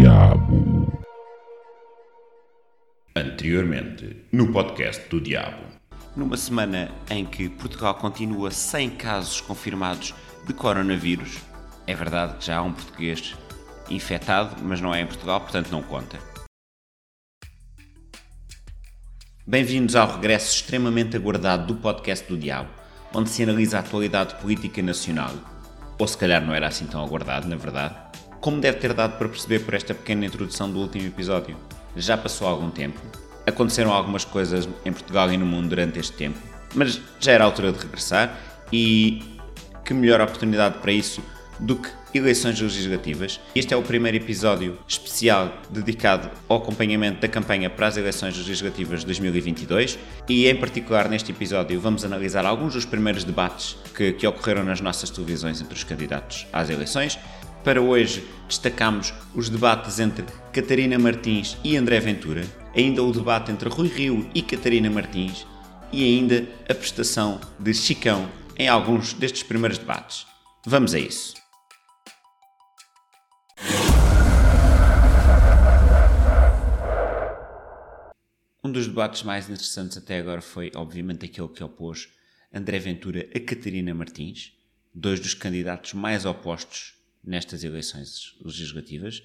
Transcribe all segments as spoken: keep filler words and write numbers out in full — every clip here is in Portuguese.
Diabo. Anteriormente, no podcast do Diabo. Numa semana em que Portugal continua sem casos confirmados de coronavírus, é verdade que já há um português infectado, mas não é em Portugal, portanto não conta. Bem-vindos ao regresso extremamente aguardado do podcast do Diabo, onde se analisa a atualidade política nacional, ou se calhar não era assim tão aguardado, na verdade, como deve ter dado para perceber por esta pequena introdução do último episódio. Já passou algum tempo, aconteceram algumas coisas em Portugal e no mundo durante este tempo, mas já era a altura de regressar e que melhor oportunidade para isso do que eleições legislativas. Este é o primeiro episódio especial dedicado ao acompanhamento da campanha para as eleições legislativas de dois mil e vinte e dois e, em particular, neste episódio vamos analisar alguns dos primeiros debates que, que ocorreram nas nossas televisões entre os candidatos às eleições. Para hoje destacamos os debates entre Catarina Martins e André Ventura, ainda o debate entre Rui Rio e Catarina Martins e ainda a prestação de Chicão em alguns destes primeiros debates. Vamos a isso. Um dos debates mais interessantes até agora foi, obviamente, aquele que opôs André Ventura a Catarina Martins, dois dos candidatos mais opostos nestas eleições legislativas,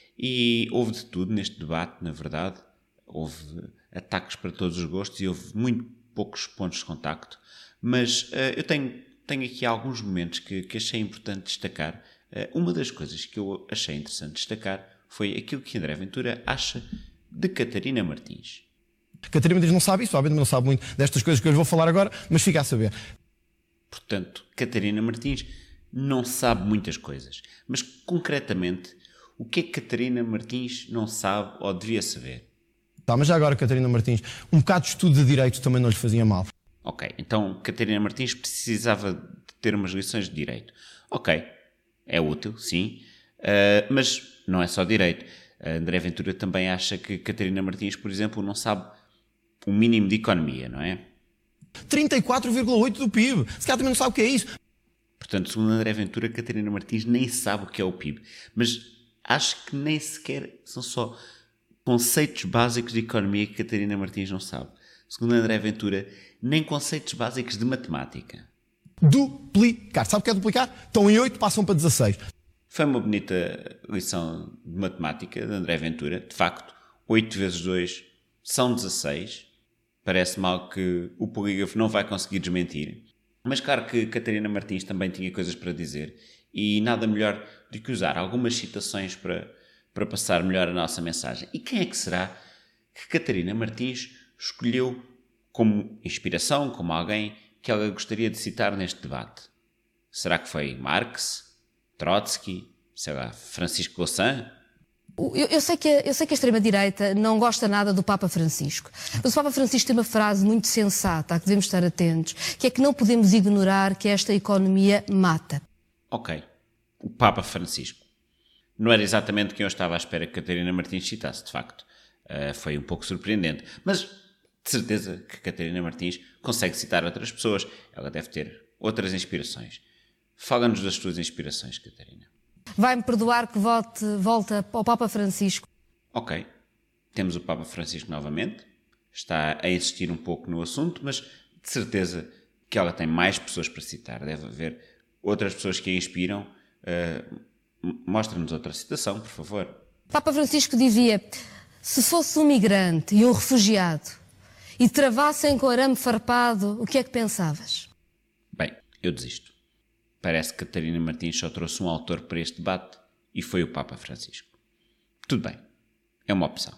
e houve de tudo neste debate, na verdade. Houve ataques para todos os gostos e houve muito poucos pontos de contacto, mas uh, eu tenho, tenho aqui alguns momentos que, que achei importante destacar. Uh, uma das coisas que eu achei interessante destacar foi aquilo que André Ventura acha de Catarina Martins. Catarina Martins não sabe isso, obviamente não sabe muito destas coisas que eu lhe vou falar agora, mas fica a saber. Portanto, Catarina Martins não sabe muitas coisas, mas concretamente, o que é que Catarina Martins não sabe ou devia saber? Tá, mas já agora, Catarina Martins, um bocado de estudo de Direito também não lhe fazia mal. Ok, então Catarina Martins precisava de ter umas lições de Direito. Ok, é útil, sim, uh, mas não é só Direito. Uh, André Ventura também acha que Catarina Martins, por exemplo, não sabe o mínimo de Economia, não é? trinta e quatro vírgula oito do P I B, se calhar também não sabe o que é isso. Portanto, segundo André Ventura, Catarina Martins nem sabe o que é o P I B. Mas acho que nem sequer são só conceitos básicos de economia que Catarina Martins não sabe. Segundo André Ventura, nem conceitos básicos de matemática. Duplicar. Sabe o que é duplicar? Estão em oito, passam para dezasseis. Foi uma bonita lição de matemática de André Ventura. De facto, oito vezes dois são dezasseis. Parece mal que o polígrafo não vai conseguir desmentir. Mas claro que Catarina Martins também tinha coisas para dizer e nada melhor do que usar algumas citações para, para passar melhor a nossa mensagem. E quem é que será que Catarina Martins escolheu como inspiração, como alguém que ela gostaria de citar neste debate? Será que foi Marx, Trotsky, sei lá, Francisco Louçã? Eu, eu, sei que a, eu sei que a extrema-direita não gosta nada do Papa Francisco, mas o Papa Francisco tem uma frase muito sensata a que devemos estar atentos, que é que não podemos ignorar que esta economia mata. Ok, o Papa Francisco. Não era exatamente quem eu estava à espera que Catarina Martins citasse, de facto. Uh, foi um pouco surpreendente, mas de certeza que Catarina Martins consegue citar outras pessoas. Ela deve ter outras inspirações. Fala-nos das tuas inspirações, Catarina. Vai-me perdoar que volte, volta ao Papa Francisco. Ok, temos o Papa Francisco novamente, está a insistir um pouco no assunto, mas de certeza que ela tem mais pessoas para citar, deve haver outras pessoas que a inspiram. Uh, mostra-nos outra citação, por favor. Papa Francisco dizia: se fosse um migrante e um refugiado e travassem com arame farpado, o que é que pensavas? Bem, eu desisto. Parece que Catarina Martins só trouxe um autor para este debate e foi o Papa Francisco. Tudo bem, é uma opção.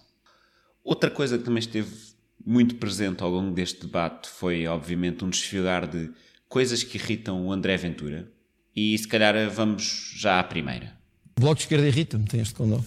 Outra coisa que também esteve muito presente ao longo deste debate foi, obviamente, um desfilar de coisas que irritam o André Ventura. E se calhar vamos já à primeira. O Bloco de Esquerda irrita-me, tem este condão.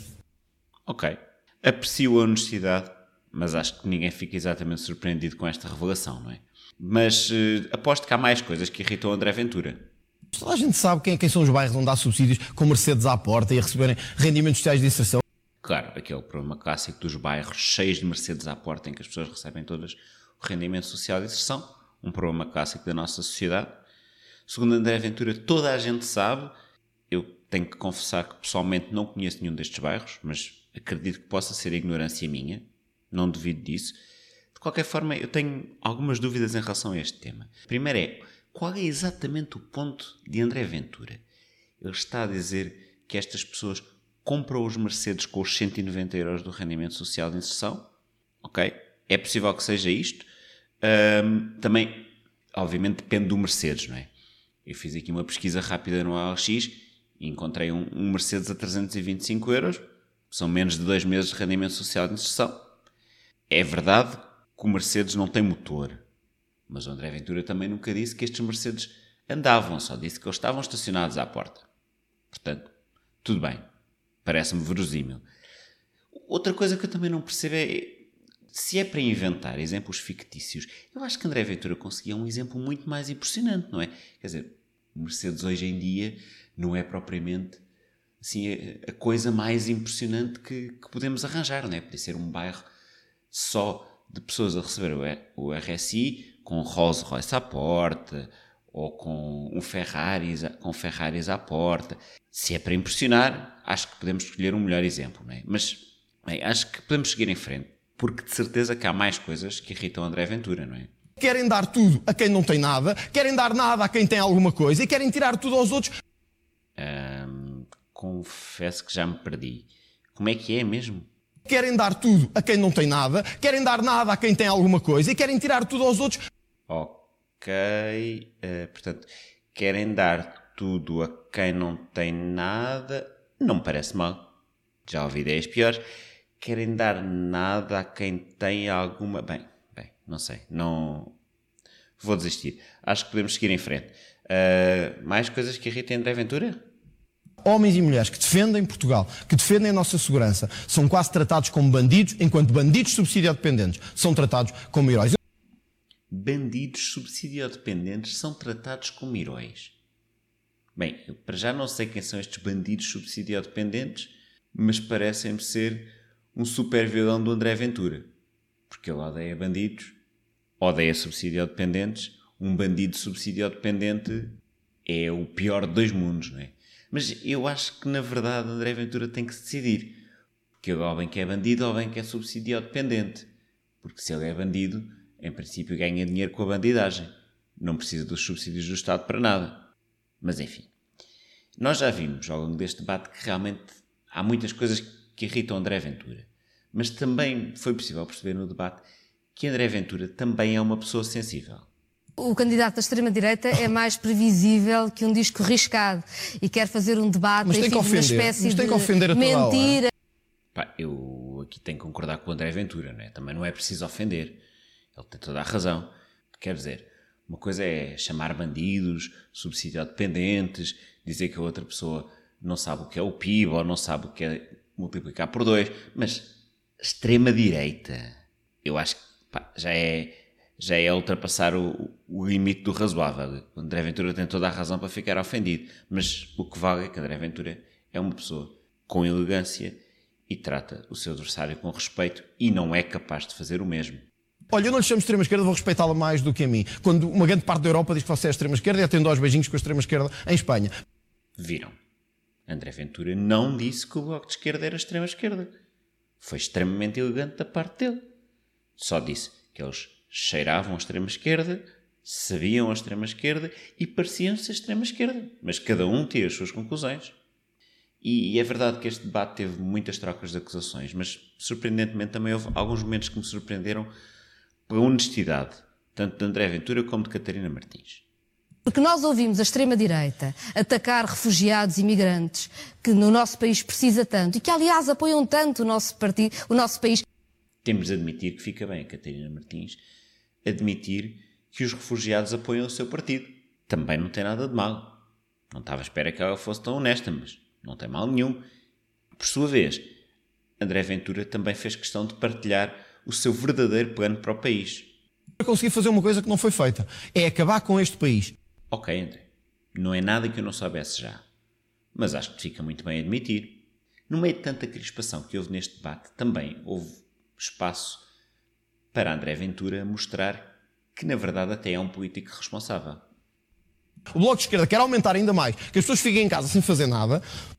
Ok, aprecio a honestidade, mas acho que ninguém fica exatamente surpreendido com esta revelação, não é? Mas uh, aposto que há mais coisas que irritam o André Ventura. Toda a gente sabe quem, quem são os bairros onde há subsídios com Mercedes à porta e a receberem rendimentos sociais de inserção. Claro, aquele problema clássico dos bairros cheios de Mercedes à porta em que as pessoas recebem todas o rendimento social de inserção. Um problema clássico da nossa sociedade. Segundo André Ventura, toda a gente sabe. Eu tenho que confessar que pessoalmente não conheço nenhum destes bairros, mas acredito que possa ser ignorância minha, não duvido disso. De qualquer forma, eu tenho algumas dúvidas em relação a este tema. Primeiro é, qual é exatamente o ponto de André Ventura? Ele está a dizer que estas pessoas compram os Mercedes com os cento e noventa euros do rendimento social de inserção? Ok, é possível que seja isto. Um, também, obviamente, depende do Mercedes, não é? Eu fiz aqui uma pesquisa rápida no A L X e encontrei um, um Mercedes a trezentos e vinte e cinco euros. São menos de dois meses de rendimento social de inserção. É verdade que o Mercedes não tem motor, mas o André Ventura também nunca disse que estes Mercedes andavam, só disse que eles estavam estacionados à porta. Portanto, tudo bem, parece-me verosímil. Outra coisa que eu também não percebo é, se é para inventar exemplos fictícios, eu acho que André Ventura conseguia um exemplo muito mais impressionante, não é? Quer dizer, o Mercedes hoje em dia não é propriamente assim, a, a coisa mais impressionante que, que podemos arranjar, não é? Podia ser um bairro só de pessoas a receber o R S I com Rolls Royce à porta ou com um Ferrari, com Ferraris à porta. Se é para impressionar, acho que podemos escolher um melhor exemplo, não é? Mas bem, acho que podemos seguir em frente, porque de certeza que há mais coisas que irritam André Ventura, não é? Querem dar tudo a quem não tem nada, querem dar nada a quem tem alguma coisa e querem tirar tudo aos outros. Hum, confesso que já me perdi. Como é que é mesmo? Querem dar tudo a quem não tem nada, querem dar nada a quem tem alguma coisa e querem tirar tudo aos outros. Ok, uh, portanto, querem dar tudo a quem não tem nada, não me parece mal, já ouvi ideias piores. Querem dar nada a quem tem alguma... Bem, bem, não sei, não... Vou desistir, acho que podemos seguir em frente. Uh, mais coisas que irritem André Ventura? Homens e mulheres que defendem Portugal, que defendem a nossa segurança, são quase tratados como bandidos, enquanto bandidos subsidiodependentes são tratados como heróis. Bandidos subsidiodependentes são tratados como heróis. Bem, eu para já não sei quem são estes bandidos subsidiodependentes, mas parecem-me ser um super vilão do André Ventura. Porque ele odeia bandidos, odeia subsidiodependentes. Um bandido subsidiodependente é o pior de dois mundos, não é? Mas eu acho que, na verdade, André Ventura tem que se decidir. Que ele ou bem que é bandido ou bem que é subsidiodependente. Porque se ele é bandido, em princípio ganha dinheiro com a bandidagem. Não precisa dos subsídios do Estado para nada. Mas, enfim. Nós já vimos, ao longo deste debate, que realmente há muitas coisas que irritam André Ventura. Mas também foi possível perceber no debate que André Ventura também é uma pessoa sensível. O candidato da extrema-direita é mais previsível que um disco riscado e quer fazer um debate, mas tem enfim, que ofender, uma espécie mas tem que de ofender a toda mentira. Pá, eu aqui tenho que concordar com o André Ventura, não é? Também não é preciso ofender. Ele tem toda a razão. Quer dizer, uma coisa é chamar bandidos, subsidiodependentes, dizer que a outra pessoa não sabe o que é o P I B ou não sabe o que é multiplicar por dois, mas extrema-direita, eu acho que pá, já é... já é ultrapassar o, o limite do razoável. O André Ventura tem toda a razão para ficar ofendido, mas o que vale é que André Ventura é uma pessoa com elegância e trata o seu adversário com respeito e não é capaz de fazer o mesmo. Olha, eu não lhe chamo de extrema-esquerda, vou respeitá-la mais do que a mim. Quando uma grande parte da Europa diz que você é extrema-esquerda e atende aos beijinhos com a extrema-esquerda em Espanha. Viram? André Ventura não disse que o Bloco de Esquerda era extrema-esquerda. Foi extremamente elegante da parte dele. Só disse que eles cheiravam a extrema-esquerda, sabiam a extrema-esquerda e pareciam-se a extrema-esquerda. Mas cada um tira as suas conclusões. E é verdade que este debate teve muitas trocas de acusações, mas surpreendentemente também houve alguns momentos que me surpreenderam pela honestidade, tanto de André Ventura como de Catarina Martins. Porque nós ouvimos a extrema-direita atacar refugiados e imigrantes que no nosso país precisa tanto e que, aliás, apoiam tanto o nosso, partido, o nosso país. Temos de admitir que fica bem a Catarina Martins admitir que os refugiados apoiam o seu partido. Também não tem nada de mal. Não estava à espera que ela fosse tão honesta, mas não tem mal nenhum. Por sua vez, André Ventura também fez questão de partilhar o seu verdadeiro plano para o país. Eu consegui fazer uma coisa que não foi feita. É acabar com este país. Ok, André. Não é nada que eu não soubesse já. Mas acho que fica muito bem admitir. No meio de tanta crispação que houve neste debate, também houve espaço para André Ventura mostrar que, na verdade, até é um político responsável. O Bloco de Esquerda quer aumentar ainda mais, que as pessoas fiquem em casa sem fazer nada.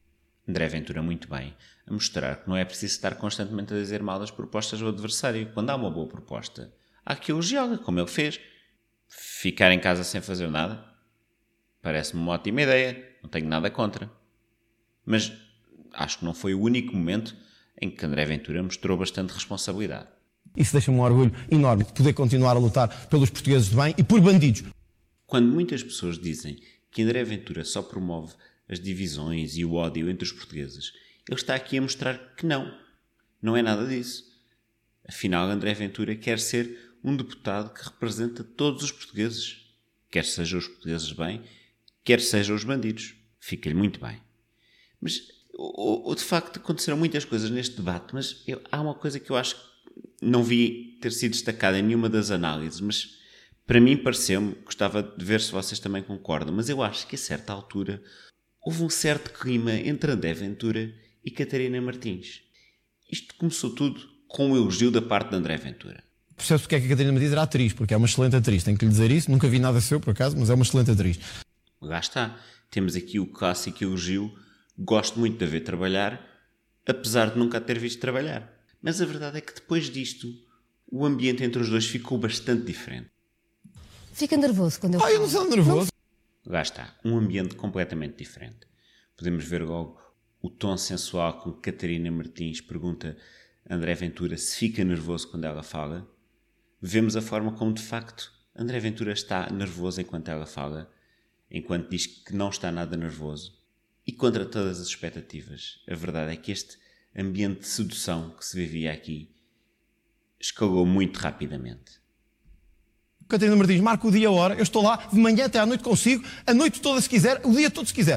André Ventura muito bem a mostrar que não é preciso estar constantemente a dizer mal das propostas do adversário. Quando há uma boa proposta, há que elogiá-la, como ele fez. Ficar em casa sem fazer nada parece-me uma ótima ideia, não tenho nada contra. Mas acho que não foi o único momento em que André Ventura mostrou bastante responsabilidade. Isso deixa-me um orgulho enorme de poder continuar a lutar pelos portugueses de bem e por bandidos. Quando muitas pessoas dizem que André Ventura só promove as divisões e o ódio entre os portugueses, ele está aqui a mostrar que não. Não é nada disso. Afinal, André Ventura quer ser um deputado que representa todos os portugueses. Quer sejam os portugueses bem, quer sejam os bandidos. Fica-lhe muito bem. Mas, o, o, de facto, aconteceram muitas coisas neste debate, mas eu, há uma coisa que eu acho que não vi ter sido destacada em nenhuma das análises, mas para mim pareceu-me, gostava de ver se vocês também concordam, mas eu acho que a certa altura houve um certo clima entre André Ventura e Catarina Martins. Isto começou tudo com um elogio da parte de André Ventura. Percebe-se porque é que a Catarina Martins era atriz, porque é uma excelente atriz, tenho que lhe dizer isso, nunca vi nada seu por acaso, mas é uma excelente atriz. Lá está, temos aqui o clássico elogio, gosto muito de a ver trabalhar, apesar de nunca a ter visto trabalhar. Mas a verdade é que depois disto, o ambiente entre os dois ficou bastante diferente. Fica nervoso quando eu Ah, eu não sou nervoso. Lá está, um ambiente completamente diferente. Podemos ver logo o tom sensual com que Catarina Martins pergunta a André Ventura se fica nervoso quando ela fala. Vemos a forma como, de facto, André Ventura está nervoso enquanto ela fala, enquanto diz que não está nada nervoso. E contra todas as expectativas, a verdade é que este ambiente de sedução que se vivia aqui escalou muito rapidamente. Catarina Martins, marca o dia e a hora, eu estou lá de manhã até à noite consigo, a noite toda se quiser, o dia todo se quiser.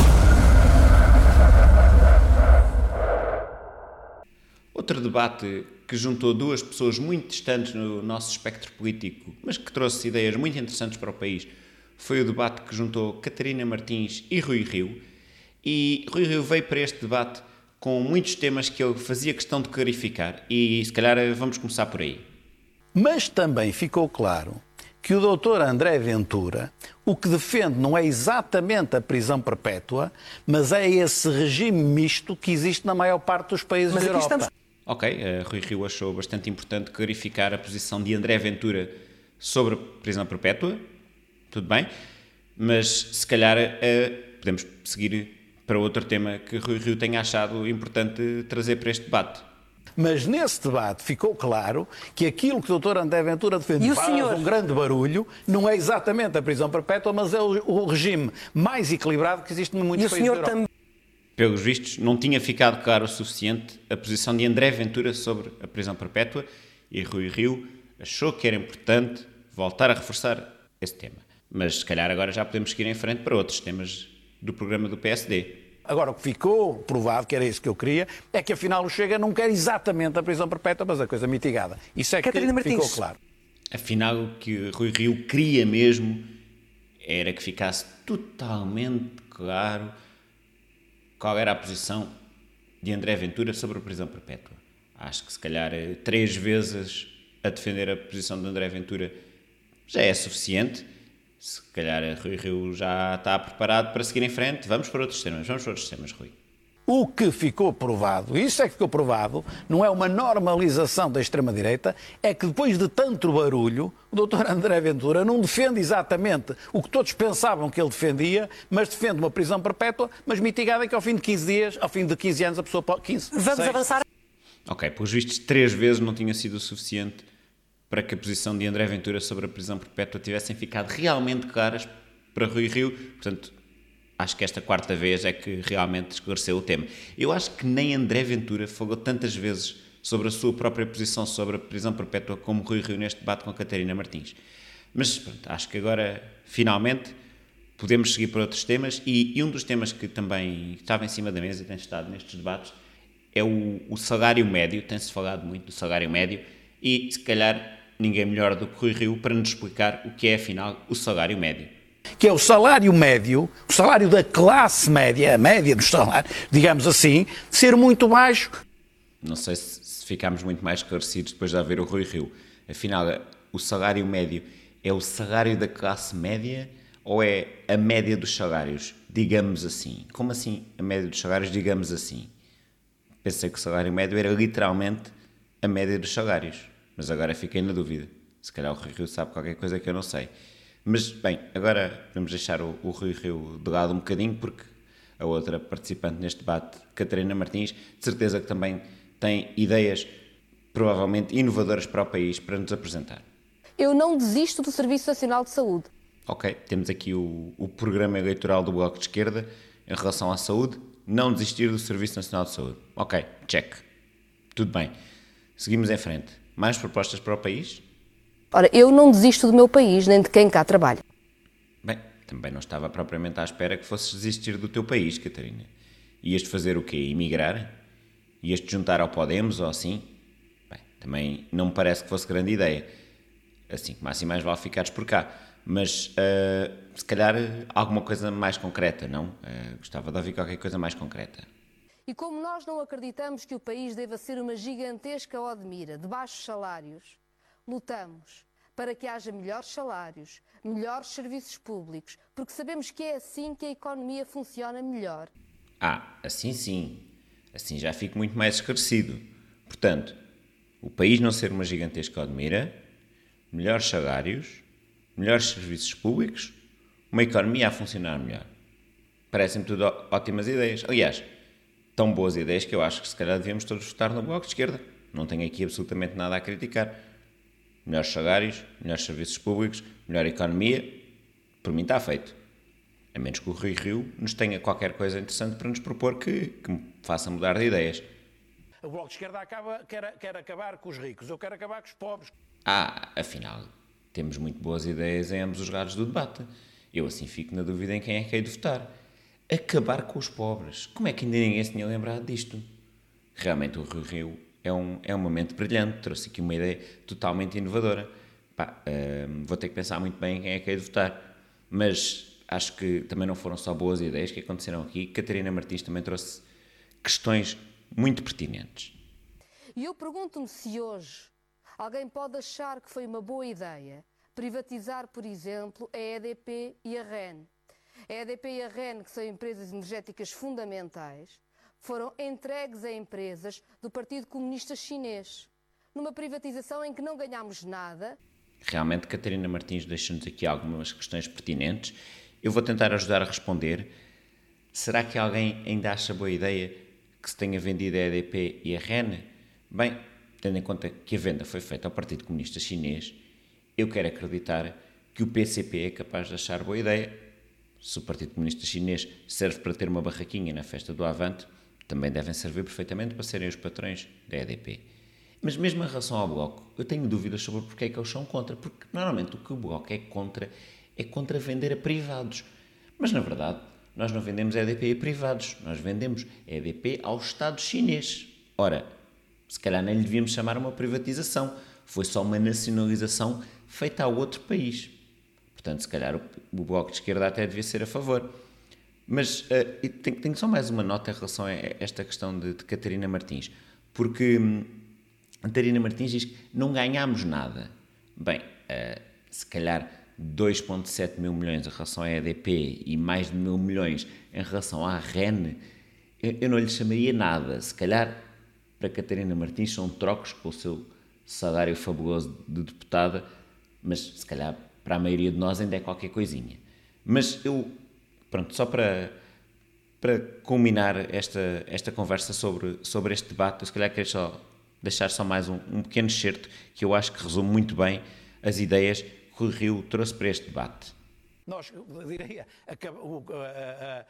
Outro debate que juntou duas pessoas muito distantes no nosso espectro político, mas que trouxe ideias muito interessantes para o país, foi o debate que juntou Catarina Martins e Rui Rio. E Rui Rio veio para este debate com muitos temas que ele fazia questão de clarificar e se calhar vamos começar por aí. Mas também ficou claro que o doutor André Ventura o que defende não é exatamente a prisão perpétua, mas é esse regime misto que existe na maior parte dos países mas da Europa. Estamos... Ok, uh, Rui Rio achou bastante importante clarificar a posição de André Ventura sobre a prisão perpétua, tudo bem, mas se calhar uh, podemos seguir para outro tema que Rui Rio tenha achado importante trazer para este debate. Mas nesse debate ficou claro que aquilo que o doutor André Ventura defende e o faz senhor? um grande barulho, não é exatamente a prisão perpétua, mas é o, o regime mais equilibrado que existe em muitos e países o da senhor Europa. Tam... Pelos vistos, não tinha ficado claro o suficiente a posição de André Ventura sobre a prisão perpétua e Rui Rio achou que era importante voltar a reforçar esse tema. Mas se calhar agora já podemos seguir em frente para outros temas do programa do P S D. Agora, o que ficou provado, que era isso que eu queria, é que afinal o Chega não quer exatamente a prisão perpétua, mas a coisa mitigada. Isso é que Catarina Martins. ficou claro. Afinal, o que Rui Rio queria mesmo era que ficasse totalmente claro qual era a posição de André Ventura sobre a prisão perpétua. Acho que se calhar três vezes a defender a posição de André Ventura já é suficiente. Se calhar Rui Rio já está preparado para seguir em frente. Vamos para outros temas. Vamos para outros temas, Rui. O que ficou provado, isso é que ficou provado, não é uma normalização da extrema-direita, é que depois de tanto barulho, o doutor André Ventura não defende exatamente o que todos pensavam que ele defendia, mas defende uma prisão perpétua, mas mitigada que ao fim de quinze dias, ao fim de quinze anos, a pessoa pode... quinze, Vamos seis. avançar. Ok, pelos vistos, três vezes não tinha sido o suficiente para que a posição de André Ventura sobre a prisão perpétua tivessem ficado realmente claras para Rui Rio. Portanto, acho que esta quarta vez é que realmente esclareceu o tema. Eu acho que nem André Ventura falou tantas vezes sobre a sua própria posição sobre a prisão perpétua como Rui Rio neste debate com Catarina Martins. Mas pronto, acho que agora, finalmente, podemos seguir para outros temas e, e um dos temas que também estava em cima da mesa e tem estado nestes debates é o, o salário médio. Tem-se falado muito do salário médio e, se calhar, ninguém melhor do que Rui Rio para nos explicar o que é, afinal, o salário médio. Que é o salário médio, o salário da classe média, a média dos salários, digamos assim, ser muito baixo. Não sei se, se ficámos muito mais esclarecidos depois de haver o Rui Rio. Afinal, o salário médio é o salário da classe média ou é a média dos salários, digamos assim? Como assim a média dos salários, digamos assim? Pensei que o salário médio era literalmente a média dos salários, mas agora fiquei na dúvida. Se calhar o Rui Rio sabe qualquer coisa que eu não sei. Mas, bem, agora vamos deixar o, o Rui Rio de lado um bocadinho, porque a outra participante neste debate, Catarina Martins, de certeza que também tem ideias provavelmente inovadoras para o país para nos apresentar. Eu não desisto do Serviço Nacional de Saúde. Ok, temos aqui o, o programa eleitoral do Bloco de Esquerda em relação à saúde. Não desistir do Serviço Nacional de Saúde. Ok, check. Tudo bem. Seguimos em frente. Mais propostas para o país? Ora, eu não desisto do meu país, nem de quem cá trabalha. Bem, também não estava propriamente à espera que fosses desistir do teu país, Catarina. Ias-te fazer o quê? Emigrar? Ias-te juntar ao Podemos ou assim? Bem, também não me parece que fosse grande ideia. Assim, mais e mais vale ficares por cá. Mas, uh, se calhar, alguma coisa mais concreta, não? Uh, gostava de ouvir qualquer coisa mais concreta. E como nós não acreditamos que o país deva ser uma gigantesca Odmira de baixos salários, lutamos para que haja melhores salários, melhores serviços públicos, porque sabemos que é assim que a economia funciona melhor. Ah, assim sim. Assim já fico muito mais esclarecido. Portanto, o país não ser uma gigantesca Odmira, melhores salários, melhores serviços públicos, uma economia a funcionar melhor. Parecem-me tudo ótimas ideias. Aliás, tão boas ideias que eu acho que se calhar devíamos todos votar no Bloco de Esquerda. Não tenho aqui absolutamente nada a criticar. Melhores salários, melhores serviços públicos, melhor economia, por mim está feito. A menos que o Rui Rio nos tenha qualquer coisa interessante para nos propor que, que me faça mudar de ideias. O Bloco de Esquerda acaba, quer, quer acabar com os ricos, eu quero acabar com os pobres. Ah, afinal, temos muito boas ideias em ambos os lados do debate. Eu assim fico na dúvida em quem é que hei de votar. Acabar com os pobres. Como é que ainda ninguém se tinha lembrado disto? Realmente o Rui Rio é um, é um momento brilhante, trouxe aqui uma ideia totalmente inovadora. Pá, hum, vou ter que pensar muito bem em quem é que hei de votar. Mas acho que também não foram só boas ideias que aconteceram aqui. Catarina Martins também trouxe questões muito pertinentes. E eu pergunto-me se hoje alguém pode achar que foi uma boa ideia privatizar, por exemplo, a E D P e a R E N. A E D P e a R E N, que são empresas energéticas fundamentais, foram entregues a empresas do Partido Comunista Chinês, numa privatização em que não ganhámos nada. Realmente, Catarina Martins deixa-nos aqui algumas questões pertinentes. Eu vou tentar ajudar a responder. Será que alguém ainda acha boa ideia que se tenha vendido a E D P e a R E N? Bem, tendo em conta que a venda foi feita ao Partido Comunista Chinês, eu quero acreditar que o P C P é capaz de achar boa ideia. Se o Partido Comunista Chinês serve para ter uma barraquinha na festa do Avante, também devem servir perfeitamente para serem os patrões da E D P. Mas mesmo em relação ao Bloco, eu tenho dúvidas sobre porque é que eles são contra, porque normalmente o que o Bloco é contra é contra vender a privados. Mas na verdade, nós não vendemos E D P a privados, nós vendemos E D P ao Estado chinês. Ora, se calhar nem lhe devíamos chamar uma privatização, foi só uma nacionalização feita a outro país. Portanto, se calhar o, o Bloco de Esquerda até devia ser a favor. Mas uh, tenho, tenho só mais uma nota em relação a esta questão de, de Catarina Martins, porque hum, Catarina Martins diz que não ganhámos nada. Bem, uh, se calhar dois vírgula sete mil milhões em relação à E D P e mais de mil milhões em relação à R E N, eu, eu não lhe chamaria nada. Se calhar para Catarina Martins são trocos com o seu salário fabuloso de deputada, mas se calhar para a maioria de nós ainda é qualquer coisinha. Mas eu, pronto, só para, para culminar esta, esta conversa sobre, sobre este debate, eu se calhar quero só deixar só mais um, um pequeno excerto que eu acho que resume muito bem as ideias que o Rio trouxe para este debate. Nós, eu diria, acaba, o, uh, uh,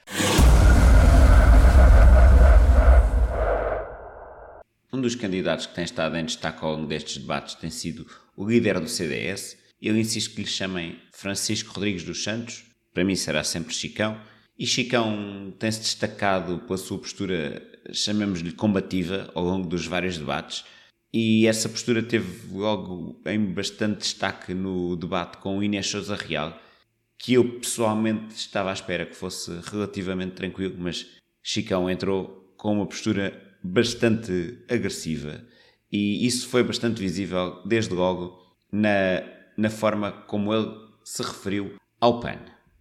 Um dos candidatos que tem estado em destaque ao longo destes debates tem sido o líder do C D S. Ele insiste que lhe chamem Francisco Rodrigues dos Santos. Para mim será sempre Chicão. E Chicão tem-se destacado pela sua postura, chamemos-lhe combativa, ao longo dos vários debates. E essa postura teve logo em bastante destaque no debate com o Inês Sousa Real, que eu pessoalmente estava à espera que fosse relativamente tranquilo, mas Chicão entrou com uma postura bastante agressiva. E isso foi bastante visível, desde logo, na, na forma como ele se referiu ao P A N.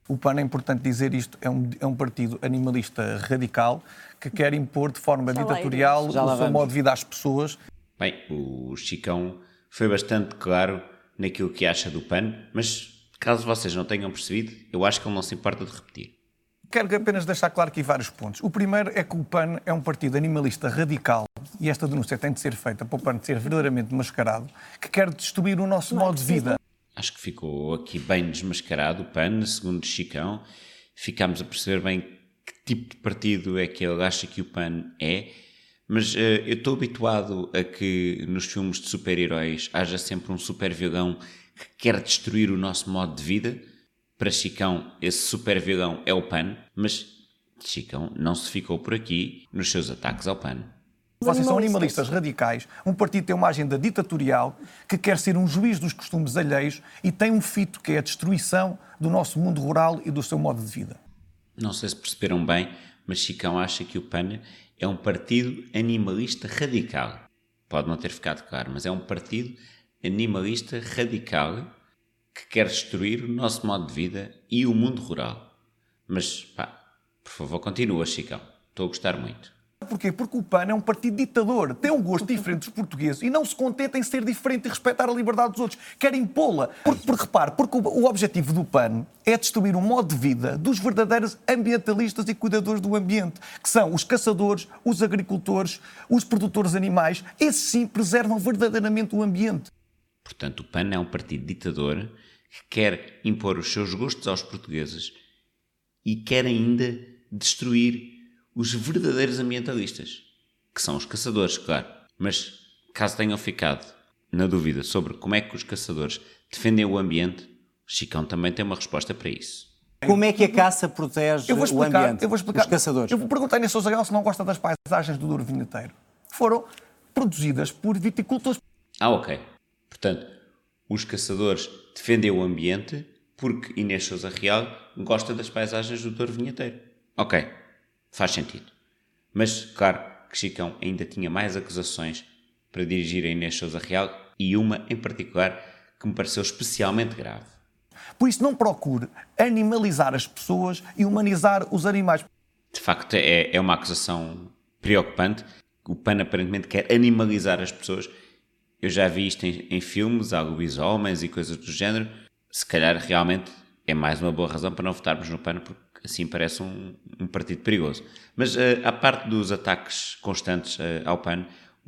O PAN, é importante dizer isto, é um, é um partido animalista radical que quer impor de forma já ditatorial o seu vamos. modo de vida às pessoas. Bem, o Chicão foi bastante claro naquilo que acha do PAN, mas caso vocês não tenham percebido, eu acho que ele não se importa de repetir. Quero apenas deixar claro aqui vários pontos. O primeiro é que o PAN é um partido animalista radical, e esta denúncia tem de ser feita para o PAN ser verdadeiramente mascarado, que quer destruir o nosso não modo é de vida. Acho que ficou aqui bem desmascarado o PAN, segundo Chicão. Ficámos a perceber bem que tipo de partido é que ele acha que o PAN é, mas uh, eu estou habituado a que nos filmes de super-heróis haja sempre um super-vilão que quer destruir o nosso modo de vida. Para Chicão, esse super-vilão é o PAN, mas Chicão não se ficou por aqui nos seus ataques ao PAN. Vocês são animalistas radicais, um partido tem uma agenda ditatorial que quer ser um juiz dos costumes alheios e tem um fito que é a destruição do nosso mundo rural e do seu modo de vida. Não sei se perceberam bem, mas Chicão acha que o PAN é um partido animalista radical. Pode não ter ficado claro, mas é um partido animalista radical que quer destruir o nosso modo de vida e o mundo rural. Mas, pá, por favor, continua, Chicão. Estou a gostar muito. Porquê? Porque o PAN é um partido ditador, tem um gosto diferente dos portugueses e não se contenta em ser diferente e respeitar a liberdade dos outros. Quer impô-la. Porque, porque repare, porque o, o objetivo do PAN é destruir o modo de vida dos verdadeiros ambientalistas e cuidadores do ambiente, que são os caçadores, os agricultores, os produtores animais. Esses sim preservam verdadeiramente o ambiente. Portanto, o PAN é um partido ditador que quer impor os seus gostos aos portugueses e quer ainda destruir os verdadeiros ambientalistas, que são os caçadores, claro. Mas, caso tenham ficado na dúvida sobre como é que os caçadores defendem o ambiente, Chicão também tem uma resposta para isso. Como é que a caça protege explicar, o ambiente, eu vou explicar, os caçadores? Eu vou perguntar a Inês Sousa Gala se não gosta das paisagens do Douro Vinheteiro. Foram produzidas por viticultores. Ah, ok. Portanto, os caçadores defendem o ambiente porque Inês Sousa Real gosta das paisagens do Douro Vinheteiro. Ok. Faz sentido. Mas, claro, que Chicão ainda tinha mais acusações para dirigir a Inês Sousa Real e uma, em particular, que me pareceu especialmente grave. Por isso, não procure animalizar as pessoas e humanizar os animais. De facto, é, é uma acusação preocupante. O PAN aparentemente quer animalizar as pessoas. Eu já vi isto em, em filmes, há lobisomens e coisas do género. Se calhar, realmente, é mais uma boa razão para não votarmos no PAN, porque assim parece um, um partido perigoso. Mas, uh, à parte dos ataques constantes uh, ao PAN,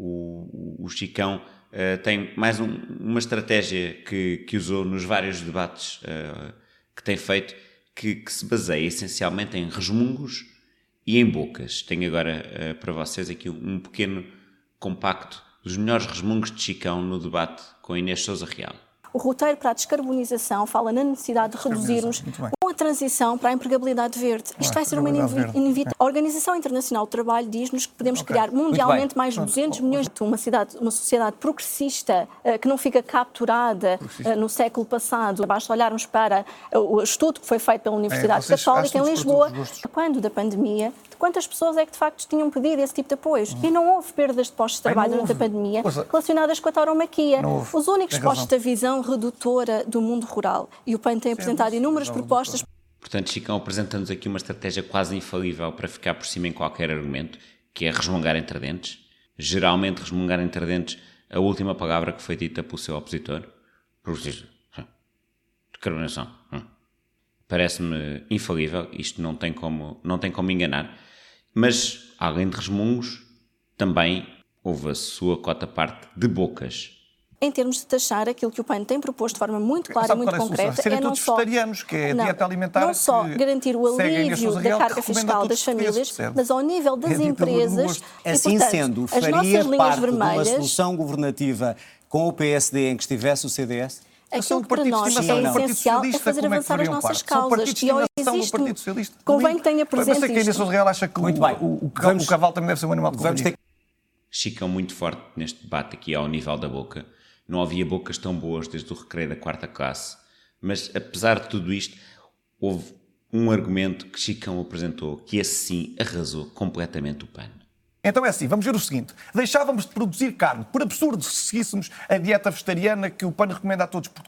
o, o Chicão uh, tem mais um, uma estratégia que, que usou nos vários debates uh, que tem feito, que, que se baseia essencialmente em resmungos e em bocas. Tenho agora uh, para vocês aqui um, um pequeno compacto dos melhores resmungos de Chicão no debate com Inês Sousa Real. O roteiro para a descarbonização fala na necessidade de reduzirmos com a transição para a empregabilidade verde. Isto vai ser uma inevitável. A Organização Internacional do Trabalho diz-nos que podemos okay. criar mundialmente mais de duzentos milhões de uma, cidade, uma sociedade progressista uh, que não fica capturada uh, no século passado. Basta olharmos para uh, o estudo que foi feito pela Universidade é, Católica em Lisboa, quando da pandemia, de quantas pessoas é que de facto tinham pedido esse tipo de apoios. Hum. E não houve perdas de postos de trabalho Bem, durante a pandemia Poxa. relacionadas com a tauromaquia. Os únicos tem postos razão. da visão redutora do mundo rural. E o PAN tem apresentado inúmeras propostas. Portanto, Chicão apresenta-nos aqui uma estratégia quase infalível para ficar por cima em qualquer argumento, que é resmungar entre dentes. Geralmente, resmungar entre dentes a última palavra que foi dita pelo seu opositor. Descarbonização. Parece-me infalível. Isto não tem como, não tem como enganar. Mas, além de resmungos, também houve a sua cota parte de bocas. Em termos de taxar, aquilo que o PAN tem proposto de forma muito clara e muito concreta é não só vegetarianos, que é a dieta alimentar, não só garantir o alívio da carga fiscal das famílias, mas ao nível das empresas. Assim sendo, faria parte de uma solução governativa com o P S D em que estivesse o C D S? Aquilo que para nós é essencial é fazer avançar as nossas causas. E hoje existe. Convém que tenha presente isto. Eu sei que a Inês Sousa Real acha que o cavalo também deve ser um animal de companhia. Chicão muito forte neste debate aqui ao nível da boca. Não havia bocas tão boas desde o recreio da quarta classe. Mas, apesar de tudo isto, houve um argumento que Chicão apresentou que, esse sim, arrasou completamente o PAN. Então é assim, vamos ver o seguinte. Deixávamos de produzir carne. Por absurdo, se seguíssemos a dieta vegetariana que o PAN recomenda a todos os portugueses. O que é que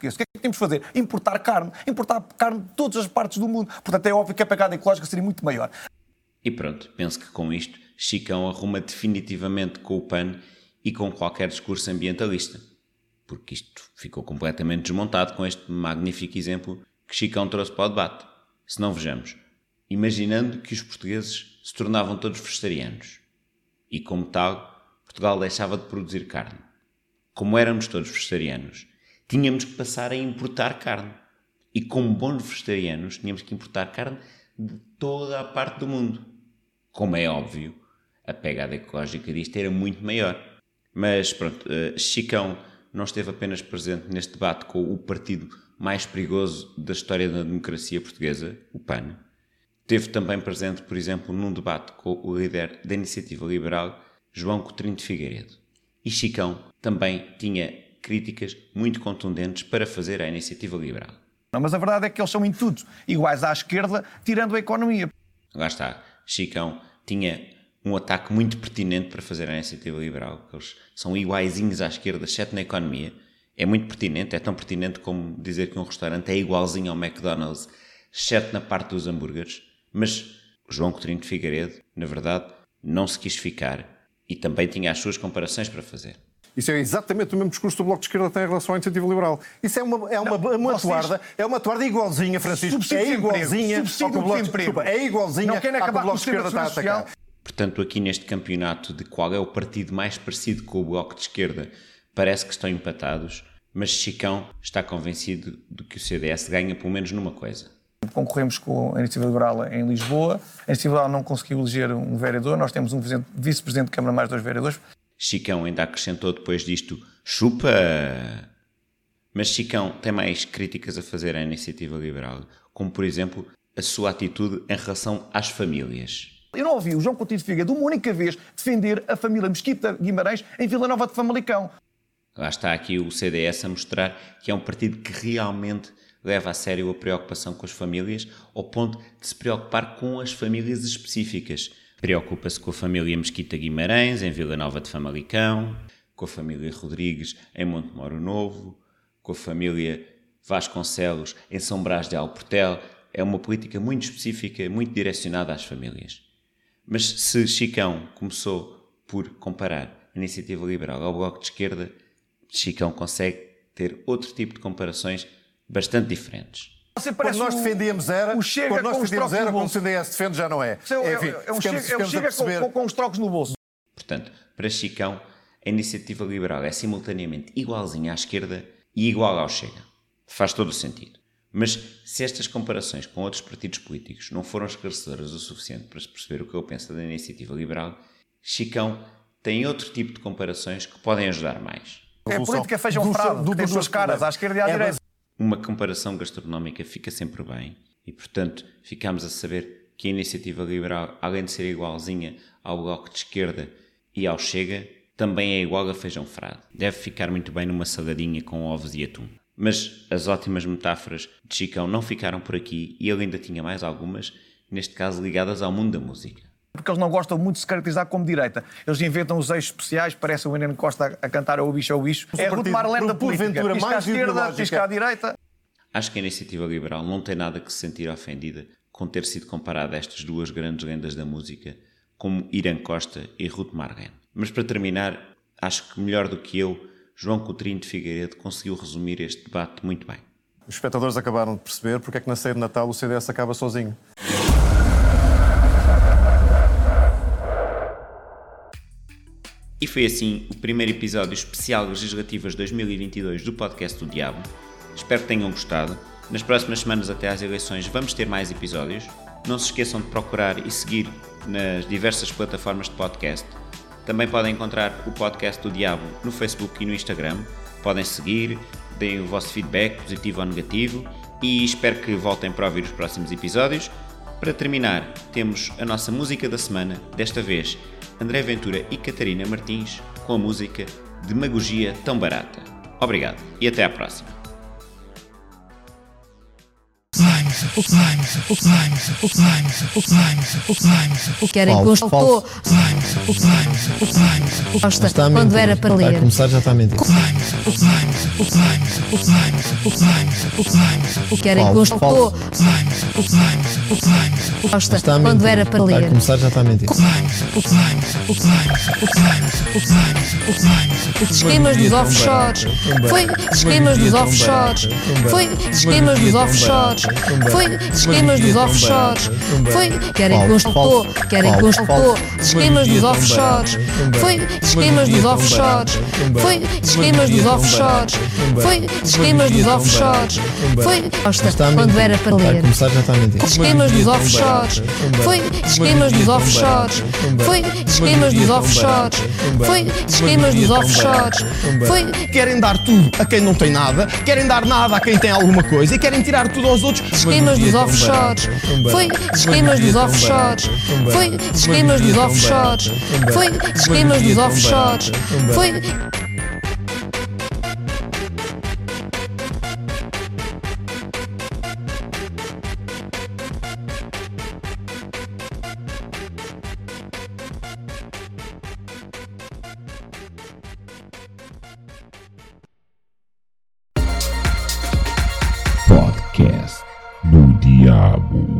temos de fazer? Importar carne. Importar carne de todas as partes do mundo. Portanto, é óbvio que a pegada ecológica seria muito maior. E pronto, penso que com isto, Chicão arruma definitivamente com o P A N e com qualquer discurso ambientalista. Porque isto ficou completamente desmontado com este magnífico exemplo que Chicão trouxe para o debate. Se não vejamos, imaginando que os portugueses se tornavam todos vegetarianos e, como tal, Portugal deixava de produzir carne. Como éramos todos vegetarianos, tínhamos que passar a importar carne. E como bons vegetarianos, tínhamos que importar carne de toda a parte do mundo. Como é óbvio, a pegada ecológica disto era muito maior. Mas pronto, Chicão não esteve apenas presente neste debate com o partido mais perigoso da história da democracia portuguesa, o P A N. Esteve também presente, por exemplo, num debate com o líder da Iniciativa Liberal, João Coutinho de Figueiredo. E Chicão também tinha críticas muito contundentes para fazer à Iniciativa Liberal. Não, mas a verdade é que eles são em tudo iguais à esquerda, tirando a economia. Lá está, Chicão tinha um ataque muito pertinente para fazer à Iniciativa Liberal, porque eles são iguaizinhos à esquerda, exceto na economia. É muito pertinente, é tão pertinente como dizer que um restaurante é igualzinho ao McDonald's, exceto na parte dos hambúrgueres. Mas o João Coutinho de Figueiredo, na verdade, não se quis ficar e também tinha as suas comparações para fazer. Isso é exatamente o mesmo discurso do Bloco de Esquerda tem em relação à Iniciativa Liberal. Isso é uma, é uma, não, uma toarda, é uma toarda igualzinha, Francisco. É igualzinha ao que o Bloco de Esquerda, é igualzinha ao que o Bloco de Esquerda está a atacar. Portanto, aqui neste campeonato de qual é o partido mais parecido com o Bloco de Esquerda, parece que estão empatados, mas Chicão está convencido de que o C D S ganha pelo menos numa coisa. Concorremos com a Iniciativa Liberal em Lisboa. A Iniciativa Liberal não conseguiu eleger um vereador. Nós temos um vice-presidente de Câmara mais dois vereadores. Chicão ainda acrescentou depois disto, chupa! Mas Chicão tem mais críticas a fazer à Iniciativa Liberal, como por exemplo a sua atitude em relação às famílias. Eu não ouvi o João Coutinho de Figueiredo uma única vez defender a família Mesquita Guimarães em Vila Nova de Famalicão. Lá está aqui o C D S a mostrar que é um partido que realmente leva a sério a preocupação com as famílias, ao ponto de se preocupar com as famílias específicas. Preocupa-se com a família Mesquita Guimarães, em Vila Nova de Famalicão, com a família Rodrigues, em Montemoro Novo, com a família Vasconcelos, em São Brás de Alportel. É uma política muito específica, muito direcionada às famílias. Mas se Chicão começou por comparar a Iniciativa Liberal ao Bloco de Esquerda, Chicão consegue ter outro tipo de comparações bastante diferentes. Quando nós defendíamos era, o Chega quando nós com defendíamos os era, no quando o C D S defende já não é. É, Enfim, é, é um Chega, ficamos é um Chega com, com os trocos no bolso. Portanto, para Chicão, a Iniciativa Liberal é simultaneamente igualzinha à esquerda e igual ao Chega. Faz todo o sentido. Mas se estas comparações com outros partidos políticos não foram esclarecedoras o suficiente para se perceber o que ele pensa da Iniciativa Liberal, Chicão tem outro tipo de comparações que podem ajudar mais. É a política feijão frado, que tem duas caras, à esquerda e à direita. Uma comparação gastronómica fica sempre bem e, portanto, ficamos a saber que a Iniciativa Liberal, além de ser igualzinha ao Bloco de Esquerda e ao Chega, também é igual a feijão frado. Deve ficar muito bem numa saladinha com ovos e atum. Mas as ótimas metáforas de Chicão não ficaram por aqui e ele ainda tinha mais algumas, neste caso ligadas ao mundo da música. Porque eles não gostam muito de se caracterizar como direita. Eles inventam os eixos especiais, parece o Henrique Costa a cantar o bicho ao bicho. É Ruth Marlene da política. Pisca à esquerda, pisca à direita. Acho que a Iniciativa Liberal não tem nada que se sentir ofendida com ter sido comparada a estas duas grandes lendas da música, como Irã Costa e Ruth Marlene. Mas para terminar, acho que melhor do que eu, João Coutinho de Figueiredo conseguiu resumir este debate muito bem. Os espectadores acabaram de perceber porque é que na ceia de Natal o C D S acaba sozinho. E foi assim o primeiro episódio especial Legislativas dois mil e vinte e dois do podcast do Diabo. Espero que tenham gostado. Nas próximas semanas até às eleições vamos ter mais episódios. Não se esqueçam de procurar e seguir nas diversas plataformas de podcast. Também podem encontrar o podcast do Diabo no Facebook e no Instagram. Podem seguir, deem o vosso feedback, positivo ou negativo, e espero que voltem para ouvir os próximos episódios. Para terminar, temos a nossa música da semana, desta vez André Ventura e Catarina Martins, com a música Demagogia Tão Barata. Obrigado e até à próxima. Ai, meu Deus. Querem consultou quando era para ler. Vai começar, já está a mentir. Querem consultou quando era para ler. Vai começar, já está a mentir. Esquemas dos offshores. Foi esquemas dos offshores. Foi esquemas dos offshores. Foi esquemas dos offshores. Foi querem consultou, querem consultou esquemas dos offshores. Foi esquemas dos offshores. Foi esquemas dos offshores. Foi esquemas dos offshores. Foi quando era para ler. Vai começar, já está a mentir. Esquemas dos offshores. Foi esquemas dos offshores. Foi esquemas dos offshores. Foi esquemas dos offshores. Foi querem dar tudo a quem não tem nada, querem dar nada a quem tem alguma coisa e querem tirar tudo aos outros. Esquemas dos offshores. Foi esquemas dos offshores. Foi esquemas dos offshores. Foi esquemas dos offshores. Foi Podcast do Diabo.